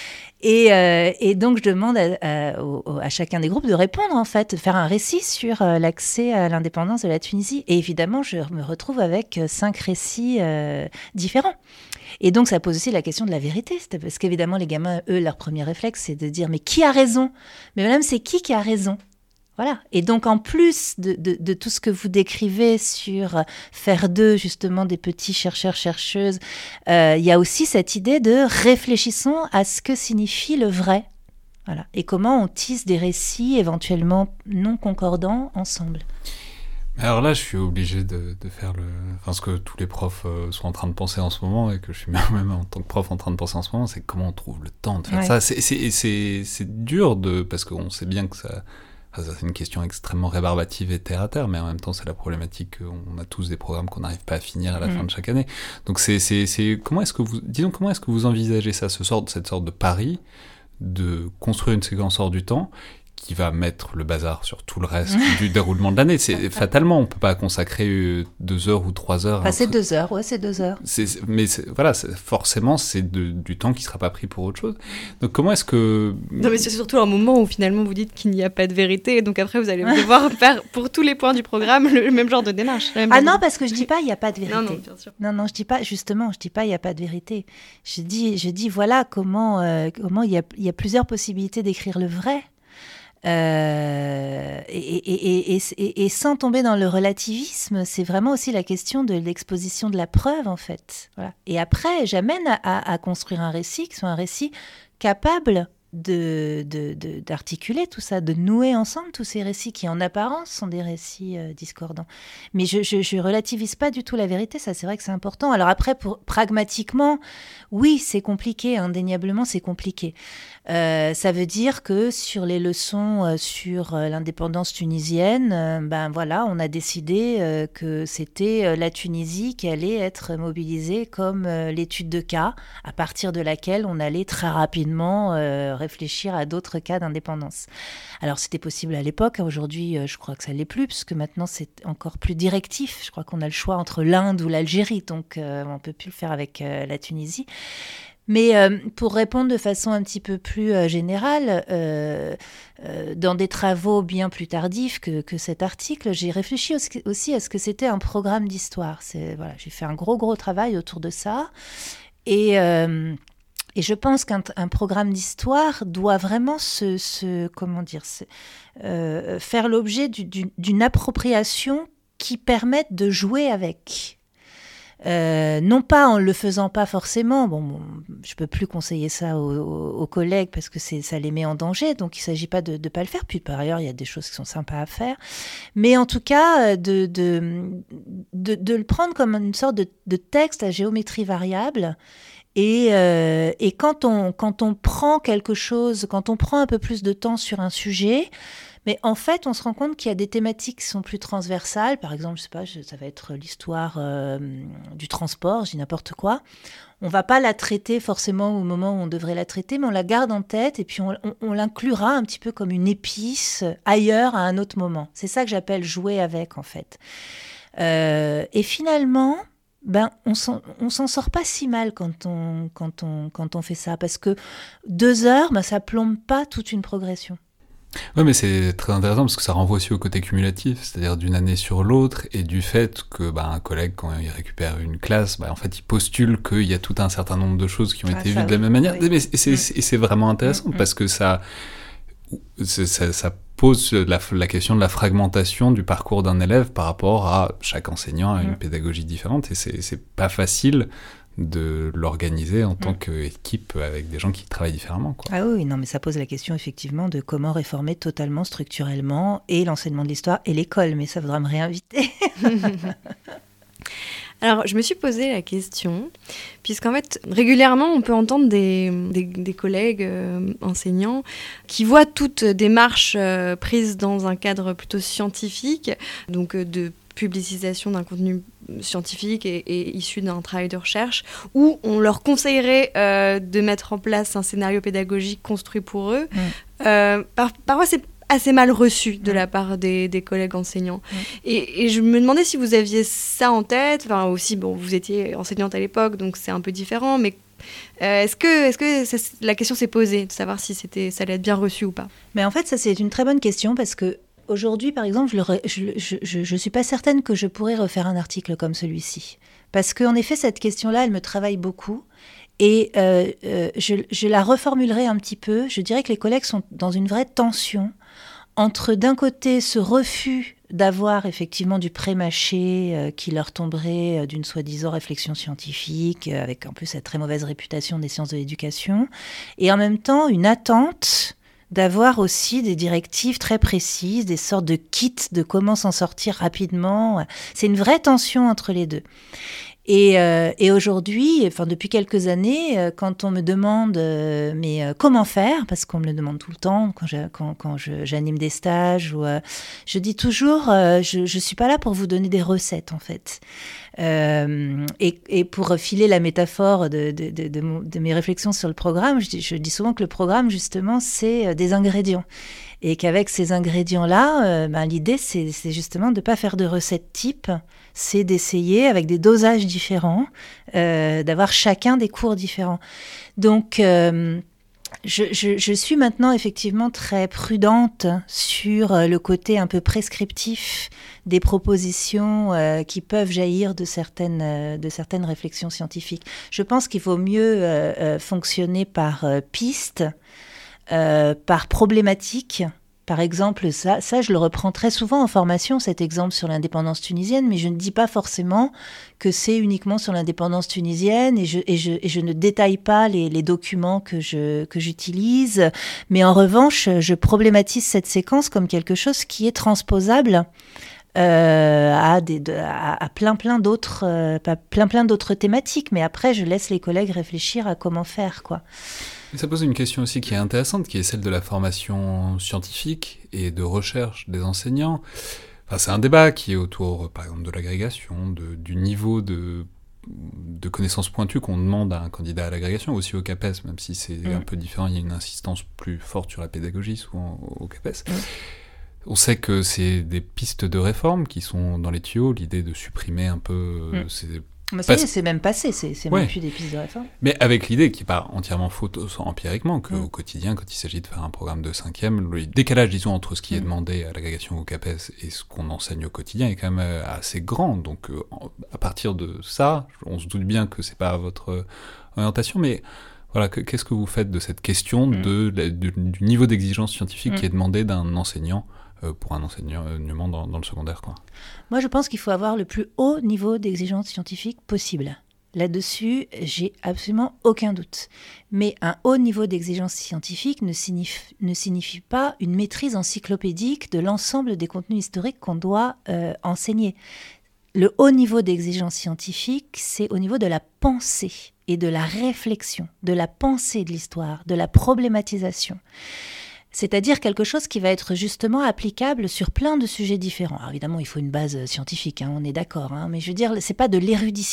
Et, euh, et donc, je demande à, à, à chacun des groupes de répondre, en fait, de faire un récit sur euh, l'accès à l'indépendance de la Tunisie. Et évidemment, je me retrouve avec cinq récits euh, différents. Et donc, ça pose aussi la question de la vérité. Parce qu'évidemment, les gamins, eux, leur premier réflexe, c'est de dire « Mais qui a raison ? Mais madame, c'est qui qui a raison ?» Voilà. Et donc, en plus de, de, de tout ce que vous décrivez sur faire d'eux, justement, des petits chercheurs-chercheuses, euh, il y a aussi cette idée de réfléchissons à ce que signifie le vrai. Voilà. Et comment on tisse des récits éventuellement non concordants ensemble. Alors là, je suis obligé de, de faire le... Enfin, ce que tous les profs euh, sont en train de penser en ce moment, et que je suis même en tant que prof en train de penser en ce moment, c'est comment on trouve le temps de faire ouais. ça. C'est, c'est, c'est, c'est dur, de, parce qu'on sait bien que ça... Ça, c'est une question extrêmement rébarbative et terre à terre, mais en même temps, c'est la problématique qu'on a tous des programmes qu'on n'arrive pas à finir à la mmh. fin de chaque année. Donc, c'est, c'est, c'est, comment est-ce que vous, disons, comment est-ce que vous envisagez ça, ce sort, cette sorte de pari de construire une séquence hors du temps qui va mettre le bazar sur tout le reste du déroulement de l'année. C'est, fatalement, on ne peut pas consacrer deux heures ou trois heures. Enfin, c'est deux heures, ouais, c'est deux heures. C'est, mais c'est, voilà, c'est, forcément, c'est de, du temps qui ne sera pas pris pour autre chose. Donc, comment est-ce que... Non, mais c'est surtout un moment où, finalement, vous dites qu'il n'y a pas de vérité, et donc après, vous allez devoir faire, pour tous les points du programme, le même genre de démarche. Ah non, parce que je ne dis pas il n'y a pas de vérité. Non, non, bien sûr. Non, non, je dis pas, justement, je ne dis pas il n'y a pas de vérité. Je dis, je dis voilà comment euh, comment il y a, y a plusieurs possibilités d'écrire le vrai. Euh, et, et, et, et, et sans tomber dans le relativisme, c'est vraiment aussi la question de l'exposition de la preuve, en fait. Voilà. Et après, j'amène à, à, à construire un récit qui soit un récit capable de, de, de, d'articuler tout ça, de nouer ensemble tous ces récits qui, en apparence, sont des récits euh, discordants. Mais je, je, je relativise pas du tout la vérité, ça, c'est vrai que c'est important. Alors après, pour, pragmatiquement, oui, c'est compliqué, indéniablement, c'est compliqué. Euh, ça veut dire que sur les leçons euh, sur euh, l'indépendance tunisienne, euh, ben voilà, on a décidé euh, que c'était euh, la Tunisie qui allait être mobilisée comme euh, l'étude de cas, à partir de laquelle on allait très rapidement euh, réfléchir à d'autres cas d'indépendance. Alors c'était possible à l'époque, aujourd'hui euh, je crois que ça l'est plus, puisque maintenant c'est encore plus directif. Je crois qu'on a le choix entre l'Inde ou l'Algérie, donc euh, on ne peut plus le faire avec euh, la Tunisie. Mais euh, pour répondre de façon un petit peu plus euh, générale, euh, euh, dans des travaux bien plus tardifs que, que cet article, j'ai réfléchi aussi, aussi à ce que c'était un programme d'histoire. C'est, voilà, j'ai fait un gros, gros travail autour de ça. Et, euh, et je pense qu'un un programme d'histoire doit vraiment se, se, comment dire, se, euh, faire l'objet du, du, d'une appropriation qui permette de jouer avec. Euh, non pas en le faisant pas forcément, bon, bon je peux plus conseiller ça aux, aux, aux collègues parce que c'est, ça les met en danger, donc il s'agit pas de ne pas le faire, puis par ailleurs il y a des choses qui sont sympas à faire, mais en tout cas de, de, de, de le prendre comme une sorte de, de texte à géométrie variable. Et, euh, et quand, on, quand on prend quelque chose, quand on prend un peu plus de temps sur un sujet, mais en fait, on se rend compte qu'il y a des thématiques qui sont plus transversales. Par exemple, je sais pas, ça va être l'histoire euh, du transport, je dis n'importe quoi. On va pas la traiter forcément au moment où on devrait la traiter, mais on la garde en tête et puis on, on, on l'inclura un petit peu comme une épice ailleurs à un autre moment. C'est ça que j'appelle jouer avec, en fait. Euh, et finalement, ben, on s'en, on s'en sort pas si mal quand on, quand on, quand on fait ça, parce que deux heures, ben, ça plombe pas toute une progression. Oui, mais c'est très intéressant parce que ça renvoie aussi au côté cumulatif, c'est-à-dire d'une année sur l'autre, et du fait que bah, un collègue, quand il récupère une classe, bah, en fait, il postule qu'il y a tout un certain nombre de choses qui ont ah, été vues oui. de la même manière. Oui. Mais c'est, c'est, c'est, c'est vraiment intéressant mmh. parce que ça, c'est, ça, ça pose la, la question de la fragmentation du parcours d'un élève par rapport à chaque enseignant à une mmh. pédagogie différente, et c'est, c'est pas facile de l'organiser en tant mmh. qu'équipe avec des gens qui travaillent différemment, quoi. Ah oui, non, mais ça pose la question effectivement de comment réformer totalement, structurellement, et l'enseignement de l'histoire et l'école, mais ça faudra me réinviter. Alors, je me suis posé la question, puisqu'en fait, régulièrement, on peut entendre des, des, des collègues euh, enseignants qui voient toute démarche euh, prise dans un cadre plutôt scientifique, donc euh, de publicisation d'un contenu scientifique et, et issu d'un travail de recherche, où on leur conseillerait euh, de mettre en place un scénario pédagogique construit pour eux. Mmh. Euh, par, parfois, c'est assez mal reçu de mmh. la part des, des collègues enseignants. Mmh. Et, et je me demandais si vous aviez ça en tête, enfin aussi, bon, vous étiez enseignante à l'époque, donc c'est un peu différent, mais euh, est-ce que, est-ce que ça, la question s'est posée, de savoir si c'était, ça allait être bien reçu ou pas? Mais en fait, ça c'est une très bonne question, parce que aujourd'hui, par exemple, je ne suis pas certaine que je pourrais refaire un article comme celui-ci. Parce qu'en effet, cette question-là, elle me travaille beaucoup. Et euh, euh, je, je la reformulerai un petit peu. Je dirais que les collègues sont dans une vraie tension entre, d'un côté, ce refus d'avoir effectivement du pré-mâché euh, qui leur tomberait euh, d'une soi-disant réflexion scientifique, euh, avec en plus cette très mauvaise réputation des sciences de l'éducation, et en même temps, une attente d'avoir aussi des directives très précises, des sortes de kits de comment s'en sortir rapidement. C'est une vraie tension entre les deux. Et, euh, et aujourd'hui, enfin depuis quelques années, euh, quand on me demande euh, mais euh, comment faire, parce qu'on me le demande tout le temps quand, je, quand, quand je, j'anime des stages, ou, euh, je dis toujours, euh, je ne suis pas là pour vous donner des recettes en fait. Euh, et, et pour filer la métaphore de, de, de, de, mon, de mes réflexions sur le programme, je dis, je dis souvent que le programme justement c'est des ingrédients. Et qu'avec ces ingrédients-là, euh, ben, l'idée, c'est, c'est justement de ne pas faire de recettes type, c'est d'essayer, avec des dosages différents, euh, d'avoir chacun des cours différents. Donc, euh, je, je, je suis maintenant effectivement très prudente sur le côté un peu prescriptif des propositions euh, qui peuvent jaillir de certaines, euh, de certaines réflexions scientifiques. Je pense qu'il vaut mieux euh, euh, fonctionner par euh, pistes, Euh, par problématique. Par exemple, ça, ça, je le reprends très souvent en formation, cet exemple sur l'indépendance tunisienne, mais je ne dis pas forcément que c'est uniquement sur l'indépendance tunisienne, et je, et je, et je ne détaille pas les, les documents que, je, que j'utilise, mais en revanche, je problématise cette séquence comme quelque chose qui est transposable Euh, à, des, à, à plein plein d'autres, euh, plein plein d'autres thématiques, mais après je laisse les collègues réfléchir à comment faire, quoi. Ça pose une question aussi qui est intéressante, qui est celle de la formation scientifique et de recherche des enseignants. Enfin, c'est un débat qui est autour, par exemple, de l'agrégation, de, du niveau de, de connaissances pointues qu'on demande à un candidat à l'agrégation, aussi au CAPES, même si c'est mmh. un peu différent, il y a une insistance plus forte sur la pédagogie, souvent au CAPES. Mmh. On sait que c'est des pistes de réforme qui sont dans les tuyaux, l'idée de supprimer un peu... Mmh. Ces Mais ça y est, c'est même passé, c'est, c'est ouais. même plus des pistes de réforme. Mais avec l'idée qui n'est pas entièrement faute empiriquement, qu'au mmh. quotidien, quand il s'agit de faire un programme de cinquième, le décalage, disons, entre ce qui mmh. est demandé à l'agrégation au CAPES et ce qu'on enseigne au quotidien est quand même assez grand. Donc, euh, à partir de ça, on se doute bien que c'est pas votre orientation, mais voilà, que, qu'est-ce que vous faites de cette question mmh. de, de, de, du niveau d'exigence scientifique mmh. qui est demandé d'un enseignant pour un enseignement dans, dans le secondaire, quoi. Moi, je pense qu'il faut avoir le plus haut niveau d'exigence scientifique possible. Là-dessus, j'ai absolument aucun doute. Mais un haut niveau d'exigence scientifique ne signifie, ne signifie pas une maîtrise encyclopédique de l'ensemble des contenus historiques qu'on doit euh, enseigner. Le haut niveau d'exigence scientifique, c'est au niveau de la pensée et de la réflexion, de la pensée de l'histoire, de la problématisation. C'est-à-dire quelque chose qui va être justement applicable sur plein de sujets différents. Alors évidemment, il faut une base scientifique, hein, on est d'accord, hein, mais je veux dire, c'est pas de l'érudition.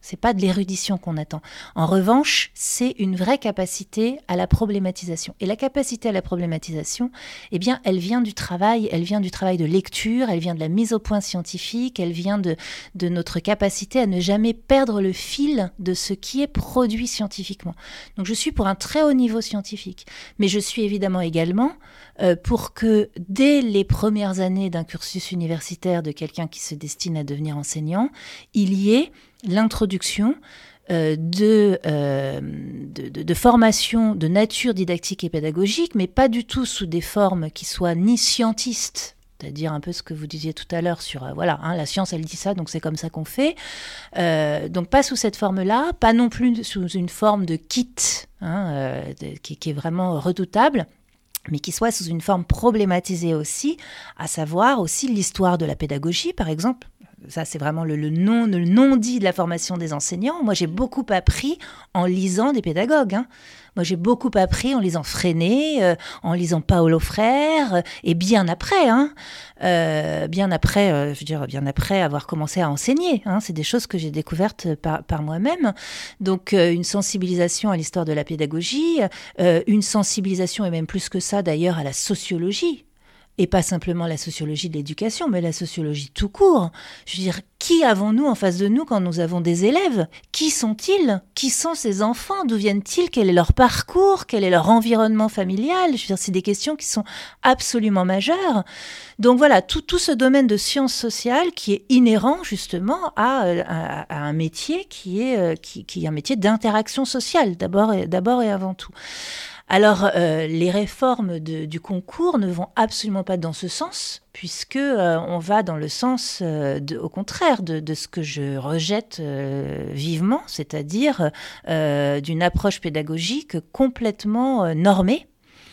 C'est pas de l'érudition qu'on attend. En revanche, c'est une vraie capacité à la problématisation. Et la capacité à la problématisation, eh bien, elle vient du travail, elle vient du travail de lecture, elle vient de la mise au point scientifique, elle vient de, de notre capacité à ne jamais perdre le fil de ce qui est produit scientifiquement. Donc, je suis pour un très haut niveau scientifique, mais je suis évidemment également euh, pour que dès les premières années d'un cursus universitaire de quelqu'un qui se destine à devenir enseignant, il y ait l'introduction euh, de, euh, de, de, de formation de nature didactique et pédagogique, mais pas du tout sous des formes qui soient ni scientistes, c'est-à-dire un peu ce que vous disiez tout à l'heure sur, euh, voilà, hein, la science, elle dit ça, donc c'est comme ça qu'on fait. Euh, donc pas sous cette forme-là, pas non plus sous une forme de kit, hein, euh, de, qui, qui est vraiment redoutable, mais qui soit sous une forme problématisée aussi, à savoir aussi l'histoire de la pédagogie, par exemple. Ça, c'est vraiment le, le, non, le non-dit de la formation des enseignants. Moi, j'ai beaucoup appris en lisant des pédagogues. Hein. Moi, j'ai beaucoup appris en lisant Freinet, euh, en lisant Paolo Freire, euh, et bien après, hein, euh, bien après, euh, je veux dire, bien après avoir commencé à enseigner. Hein. C'est des choses que j'ai découvertes par, par moi-même. Donc, euh, une sensibilisation à l'histoire de la pédagogie, euh, une sensibilisation, et même plus que ça d'ailleurs, à la sociologie. Et pas simplement la sociologie de l'éducation, mais la sociologie tout court. Je veux dire, qui avons-nous en face de nous quand nous avons des élèves ? Qui sont-ils ? Qui sont ces enfants ? D'où viennent-ils ? Quel est leur parcours ? Quel est leur environnement familial ? Je veux dire, c'est des questions qui sont absolument majeures. Donc voilà, tout, tout ce domaine de sciences sociales qui est inhérent justement à, à, à un métier qui est, qui, qui est un métier d'interaction sociale, d'abord et, d'abord et avant tout. Alors, euh, les réformes de, du concours ne vont absolument pas dans ce sens, puisque euh, on va dans le sens, euh, de, au contraire, de, de ce que je rejette euh, vivement, c'est-à-dire euh, d'une approche pédagogique complètement euh, normée,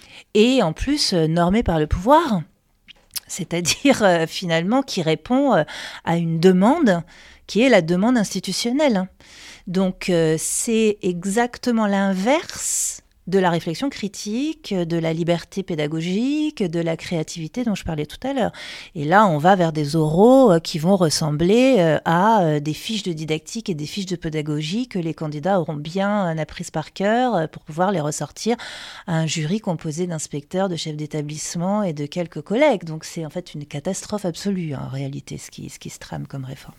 et en plus euh, normée par le pouvoir, c'est-à-dire euh, finalement qui répond euh, à une demande qui est la demande institutionnelle. Donc, euh, c'est exactement l'inverse de la réflexion critique, de la liberté pédagogique, de la créativité dont je parlais tout à l'heure. Et là, on va vers des oraux qui vont ressembler à des fiches de didactique et des fiches de pédagogie que les candidats auront bien apprises par cœur pour pouvoir les ressortir à un jury composé d'inspecteurs, de chefs d'établissement et de quelques collègues. Donc c'est en fait une catastrophe absolue, hein, en réalité, ce qui, ce qui se trame comme réforme.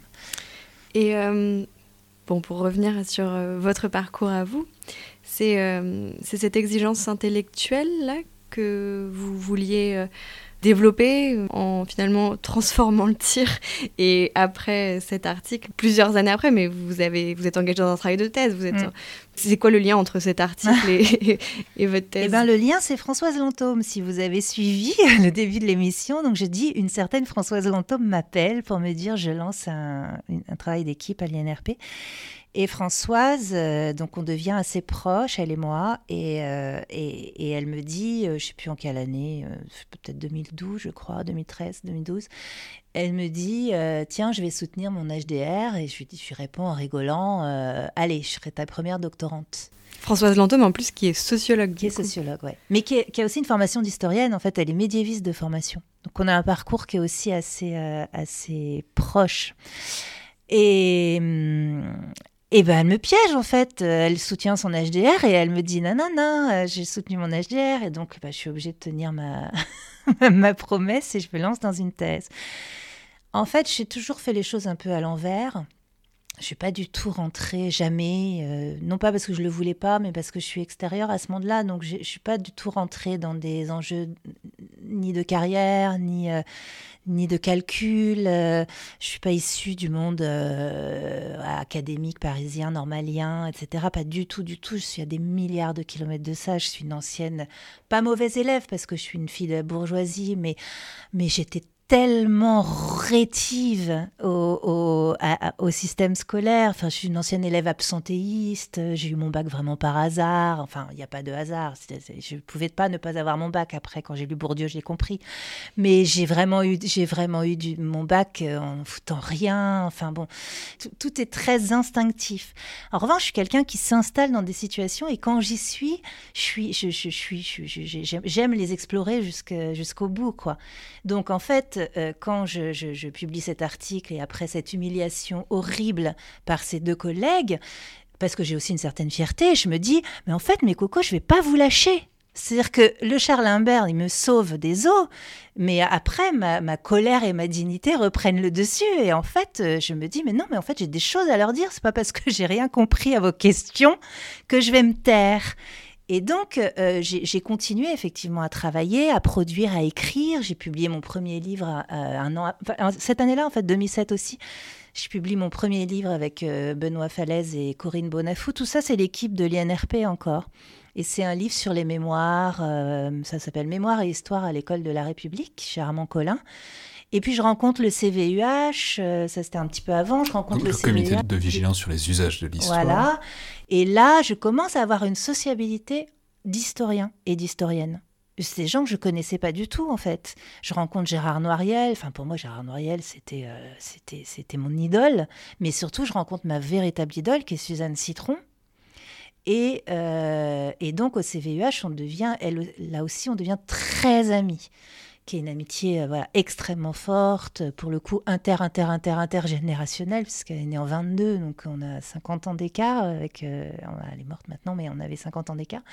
Et euh, bon, pour revenir sur euh, votre parcours à vous, C'est, euh, c'est cette exigence intellectuelle-là que vous vouliez euh, développer en finalement transformant le tir. Et après cet article, plusieurs années après, mais vous, avez, vous êtes engagé dans un travail de thèse. Vous êtes, mmh. C'est quoi le lien entre cet article et, et, et votre thèse ? Eh ben, le lien, c'est Françoise Lantôme. Si vous avez suivi le début de l'émission, donc je dis une certaine Françoise Lantôme m'appelle pour me dire je lance un, un travail d'équipe à l'I N R P. Et Françoise, euh, donc on devient assez proches, elle et moi, et, euh, et, et elle me dit, euh, je ne sais plus en quelle année, euh, peut-être deux mille douze, je crois, deux mille treize, deux mille douze, elle me dit, euh, tiens, je vais soutenir mon H D R, et je lui, je lui réponds en rigolant, euh, allez, je serai ta première doctorante. Françoise Lantôme, en plus, qui est sociologue. Qui est coup. sociologue, oui. Mais qui, est, qui a aussi une formation d'historienne, en fait, elle est médiéviste de formation. Donc on a un parcours qui est aussi assez, euh, assez proche. Et... Hum, Et ben elle me piège en fait, elle soutient son H D R et elle me dit non, non, non, j'ai soutenu mon H D R et donc bah, je suis obligée de tenir ma, ma promesse et je me lance dans une thèse. En fait, j'ai toujours fait les choses un peu à l'envers. Je ne suis pas du tout rentrée, jamais, euh, non pas parce que je ne le voulais pas, mais parce que je suis extérieure à ce monde-là, donc je ne suis pas du tout rentrée dans des enjeux ni de carrière, ni... Euh, ni de calcul, euh, je suis pas issue du monde euh, académique, parisien, normalien, et cetera. Pas du tout, du tout. Je suis à des milliards de kilomètres de ça. Je suis une ancienne, pas mauvaise élève parce que je suis une fille de la bourgeoisie, mais, mais j'étais tellement rétive au, au, à, au système scolaire. Enfin, je suis une ancienne élève absentéiste. J'ai eu mon bac vraiment par hasard. Enfin, il n'y a pas de hasard. C'est, c'est, je ne pouvais pas ne pas avoir mon bac. Après, quand j'ai lu Bourdieu, je l'ai compris. Mais j'ai vraiment eu, j'ai vraiment eu du, mon bac en foutant rien. Enfin bon, tout, tout est très instinctif. En revanche, je suis quelqu'un qui s'installe dans des situations et quand j'y suis, je suis, je, je, je suis, je, je, j'aime, j'aime les explorer jusqu'à, jusqu'au bout, quoi. Donc, en fait, euh, quand je, je, je publie cet article et après cette humiliation horrible par ces deux collègues, parce que j'ai aussi une certaine fierté, je me dis, mais en fait, mes cocos, je ne vais pas vous lâcher. C'est-à-dire que le Charles Imbert, il me sauve des eaux, mais après, ma, ma colère et ma dignité reprennent le dessus. Et en fait, je me dis, mais non, mais en fait, j'ai des choses à leur dire. C'est pas parce que j'ai rien compris à vos questions que je vais me taire. Et donc, euh, j'ai, j'ai continué effectivement à travailler, à produire, à écrire. J'ai publié mon premier livre euh, un an, enfin, cette année-là, en fait, deux mille sept aussi. Je publie mon premier livre avec euh, Benoît Falaise et Corinne Bonafou. Tout ça, c'est l'équipe de l'I N R P encore. Et c'est un livre sur les mémoires, euh, ça s'appelle Mémoire et Histoire à l'école de la République, chez Armand Collin. Et puis je rencontre le C V U H, euh, ça c'était un petit peu avant, je rencontre Donc, le, le C V U H. comité de vigilance sur les usages de l'histoire. Voilà, et là je commence à avoir une sociabilité d'historiens et d'historiennes. C'est des gens que je connaissais pas du tout en fait. Je rencontre Gérard Noiriel, enfin pour moi Gérard Noiriel c'était, euh, c'était, c'était mon idole, mais surtout je rencontre ma véritable idole qui est Suzanne Citron. Et, euh, et donc au C V U H, on devient, elle, là aussi, on devient très amis, qui est une amitié euh, voilà, extrêmement forte, pour le coup inter, inter, inter, intergénérationnelle, puisqu'elle est née en vingt-deux, donc on a cinquante ans d'écart, avec, euh, elle est morte maintenant, mais on avait cinquante ans d'écart.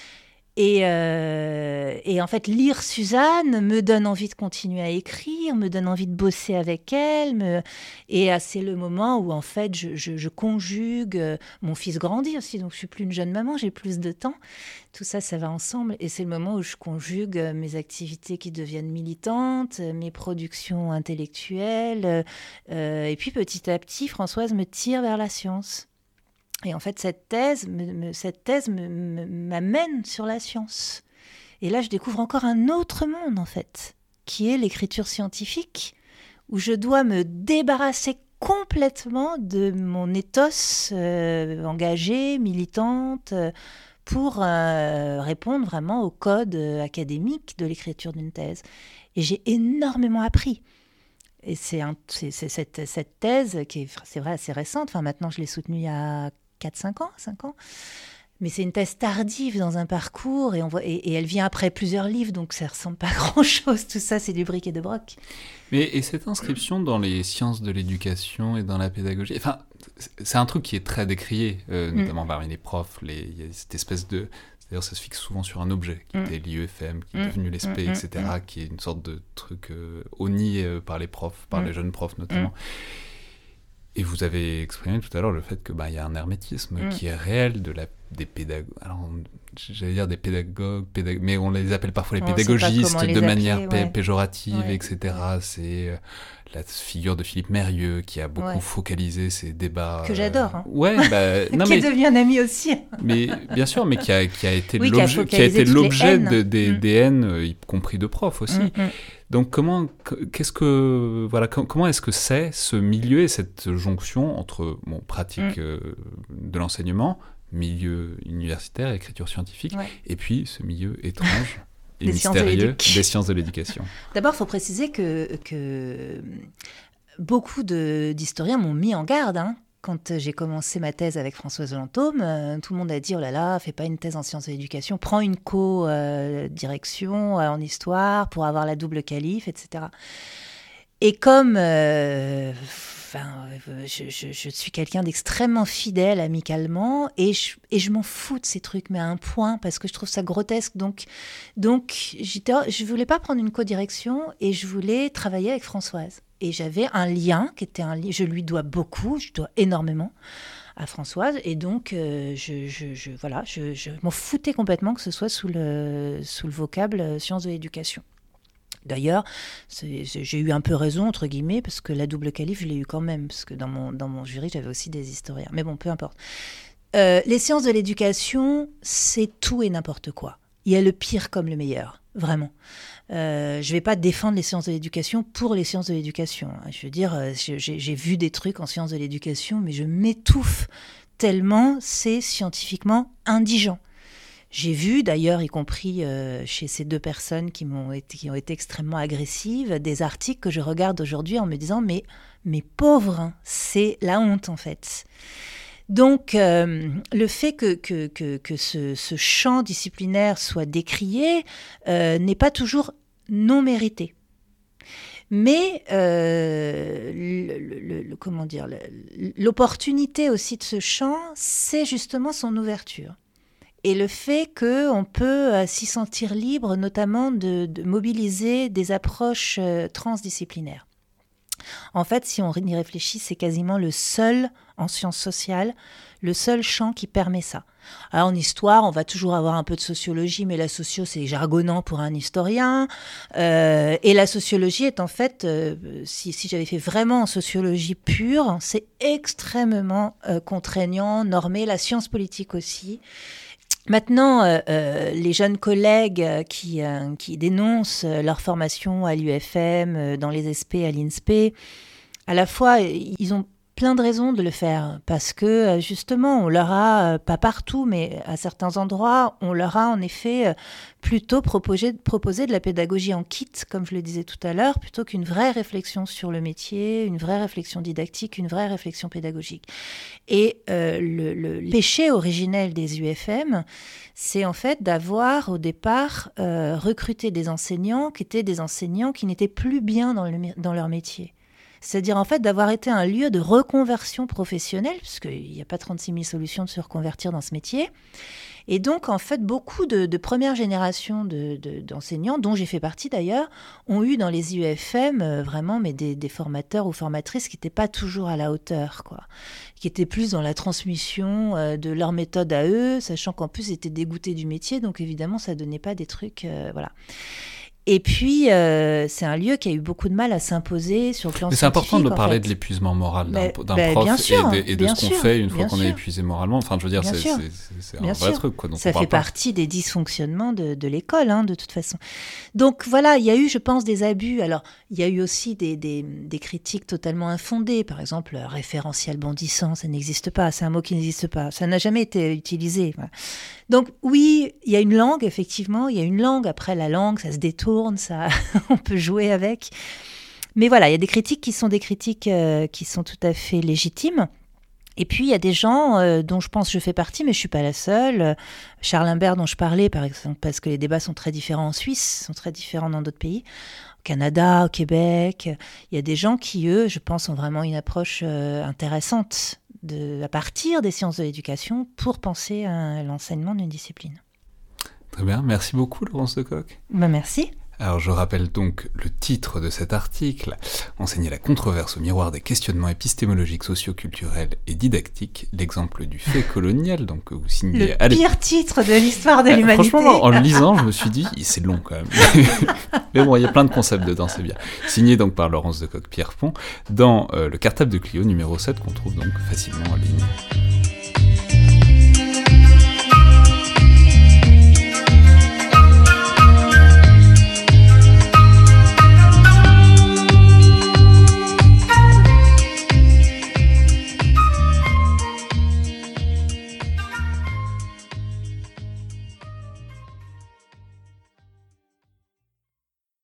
Et, euh, et en fait, lire Suzanne me donne envie de continuer à écrire, me donne envie de bosser avec elle. Me... Et ah, c'est le moment où, en fait, je, je, je conjugue. Mon fils grandit aussi, donc je suis plus une jeune maman, j'ai plus de temps. Tout ça, ça va ensemble. Et c'est le moment où je conjugue mes activités qui deviennent militantes, mes productions intellectuelles. Euh, et puis, petit à petit, Françoise me tire vers la science. Et en fait, cette thèse, me, me, cette thèse me, me, m'amène sur la science. Et là, je découvre encore un autre monde, en fait, qui est l'écriture scientifique, où je dois me débarrasser complètement de mon ethos euh, engagée, militante, euh, pour euh, répondre vraiment au code euh, académique de l'écriture d'une thèse. Et j'ai énormément appris. Et c'est, un, c'est, c'est cette, cette thèse qui est, c'est vrai, assez récente. Enfin, maintenant, je l'ai soutenue il y a quatre cinq ans, cinq ans. Mais c'est une thèse tardive dans un parcours et, on voit, et, et elle vient après plusieurs livres, donc ça ne ressemble pas à grand-chose. Tout ça, c'est du bric et de broc. Mais, et cette inscription dans les sciences de l'éducation et dans la pédagogie, enfin, c'est un truc qui est très décrié, euh, notamment mm. parmi les profs. Les, il y a cette espèce de... D'ailleurs, ça se fixe souvent sur un objet, qui mm. était l'I E F M, qui est devenu l'E S P, mm. et cetera, mm. qui est une sorte de truc euh, honni euh, par les profs, par mm. les jeunes profs notamment. Mm. Et vous avez exprimé tout à l'heure le fait qu'il bah, y a un hermétisme mm. qui est réel de la, des pédagogues. Alors, j'allais dire des pédagogues, pédag... mais on les appelle parfois les on pédagogistes de manière appeler, ouais. péjorative, ouais. et cetera. Ouais. C'est euh, la figure de Philippe Mérieux qui a beaucoup ouais. focalisé ces débats. Que j'adore. Hein. Euh... Ouais, bah, non, qui mais... est devenu un ami aussi. mais bien sûr, mais qui a, qui a été oui, l'objet, qui a, qui a été l'objet de, des, mm. des haines, y compris de profs aussi. Mm, mm. Donc comment, qu'est-ce que, voilà, comment est-ce que c'est ce milieu et cette jonction entre bon, pratique mm. euh, de l'enseignement, milieu universitaire, écriture scientifique, ouais. et puis ce milieu étrange et des mystérieux sciences des sciences de l'éducation. D'abord, il faut préciser que, que beaucoup de, d'historiens m'ont mis en garde, hein. Quand j'ai commencé ma thèse avec Françoise Lantôme, euh, tout le monde a dit « Oh là là, fais pas une thèse en sciences de l'éducation, prends une co-direction euh, en histoire pour avoir la double qualif, et cetera » Et comme euh, enfin, je, je, je suis quelqu'un d'extrêmement fidèle amicalement, et je, et je m'en fous de ces trucs, mais à un point, parce que je trouve ça grotesque. Donc, donc j'étais, je ne voulais pas prendre une co-direction, et je voulais travailler avec Françoise. Et j'avais un lien, qui était un lien, je lui dois beaucoup, je dois énormément à Françoise, et donc euh, je, je, je, voilà, je, je m'en foutais complètement que ce soit sous le, sous le vocable sciences de l'éducation. D'ailleurs, c'est, c'est, j'ai eu un peu raison, entre guillemets, parce que la double qualif, je l'ai eu quand même, parce que dans mon, dans mon jury, j'avais aussi des historiens. Mais bon, peu importe. Euh, les sciences de l'éducation, c'est tout et n'importe quoi. Il y a le pire comme le meilleur, vraiment. Euh, je ne vais pas défendre les sciences de l'éducation pour les sciences de l'éducation. Hein. Je veux dire, j'ai, j'ai vu des trucs en sciences de l'éducation, mais je m'étouffe tellement c'est scientifiquement indigent. J'ai vu, d'ailleurs, y compris euh, chez ces deux personnes qui, m'ont été, qui ont été extrêmement agressives, des articles que je regarde aujourd'hui en me disant « Mais, mais pauvre, hein, c'est la honte, en fait ». Donc, euh, le fait que, que, que, que ce, ce champ disciplinaire soit décrié euh, n'est pas toujours non mérité. Mais euh, le, le, le, comment dire, le, l'opportunité aussi de ce champ, c'est justement son ouverture. Et le fait qu'on peut euh, s'y sentir libre, notamment de, de mobiliser des approches euh, transdisciplinaires. En fait, si on y réfléchit, c'est quasiment le seul, en sciences sociales, le seul champ qui permet ça. Alors, en histoire, on va toujours avoir un peu de sociologie, mais la socio, c'est jargonnant pour un historien. Euh, et la sociologie est en fait, euh, si, si j'avais fait vraiment en sociologie pure, c'est extrêmement euh, contraignant, normé, la science politique aussi. Maintenant, euh, euh, les jeunes collègues qui, euh, qui dénoncent leur formation à l'U F M, euh, dans les S P, à l'I N S P, à la fois, ils ont plein de raisons de le faire, parce que justement, on leur a, pas partout, mais à certains endroits, on leur a en effet plutôt proposé, proposé de la pédagogie en kit, comme je le disais tout à l'heure, plutôt qu'une vraie réflexion sur le métier, une vraie réflexion didactique, une vraie réflexion pédagogique. Et euh, le, le péché originel des U F M, c'est en fait d'avoir au départ euh, recruté des enseignants qui étaient des enseignants qui n'étaient plus bien dans, le, dans leur métier. C'est-à-dire en fait d'avoir été un lieu de reconversion professionnelle, puisqu'il n'y a pas trente-six mille solutions de se reconvertir dans ce métier. Et donc en fait beaucoup de, de première génération de, de, d'enseignants, dont j'ai fait partie d'ailleurs, ont eu dans les U F M euh, vraiment mais des, des formateurs ou formatrices qui n'étaient pas toujours à la hauteur, quoi, qui étaient plus dans la transmission euh, de leur méthode à eux, sachant qu'en plus ils étaient dégoûtés du métier, donc évidemment ça ne donnait pas des trucs... Euh, voilà. Et puis, euh, c'est un lieu qui a eu beaucoup de mal à s'imposer sur le plan Mais scientifique. C'est important de parler fait. de l'épuisement moral d'un, bah, d'un bah, prof bien sûr, et de, et de bien ce qu'on sûr, fait une fois qu'on sûr. est épuisé moralement. Enfin, je veux dire, c'est, c'est, c'est, c'est un bien vrai sûr. truc. Quoi, donc ça on fait pas. partie des dysfonctionnements de, de l'école, hein, de toute façon. Donc voilà, il y a eu, je pense, des abus. Alors, il y a eu aussi des, des, des critiques totalement infondées. Par exemple, référentiel bondissant, ça n'existe pas. C'est un mot qui n'existe pas. Ça n'a jamais été utilisé. Voilà. Donc oui, il y a une langue, effectivement. Il y a une langue. Après, la langue, ça se détourne, ça, on peut jouer avec. Mais voilà, il y a des critiques qui sont des critiques euh, qui sont tout à fait légitimes. Et puis, il y a des gens euh, dont je pense que je fais partie, mais je ne suis pas la seule. Charles Imbert, dont je parlais, par exemple, parce que les débats sont très différents en Suisse, sont très différents dans d'autres pays. Au Canada, au Québec, il y a des gens qui, eux, je pense, ont vraiment une approche euh, intéressante de, à partir des sciences de l'éducation pour penser à l'enseignement d'une discipline. Très bien, merci beaucoup Laurence Decoq. Ben, merci. Alors je rappelle donc le titre de cet article, Enseigner la controverse au miroir des questionnements épistémologiques, socioculturels et didactiques, l'exemple du fait colonial, donc que vous signez... Le pire titre de l'histoire de l'humanité. Franchement, en le lisant, je me suis dit, c'est long quand même. Mais bon, il y a plein de concepts dedans, c'est bien. Signé donc par Laurence Decoq-Pierrepont, dans euh, le cartable de Clio numéro sept, qu'on trouve donc facilement en ligne.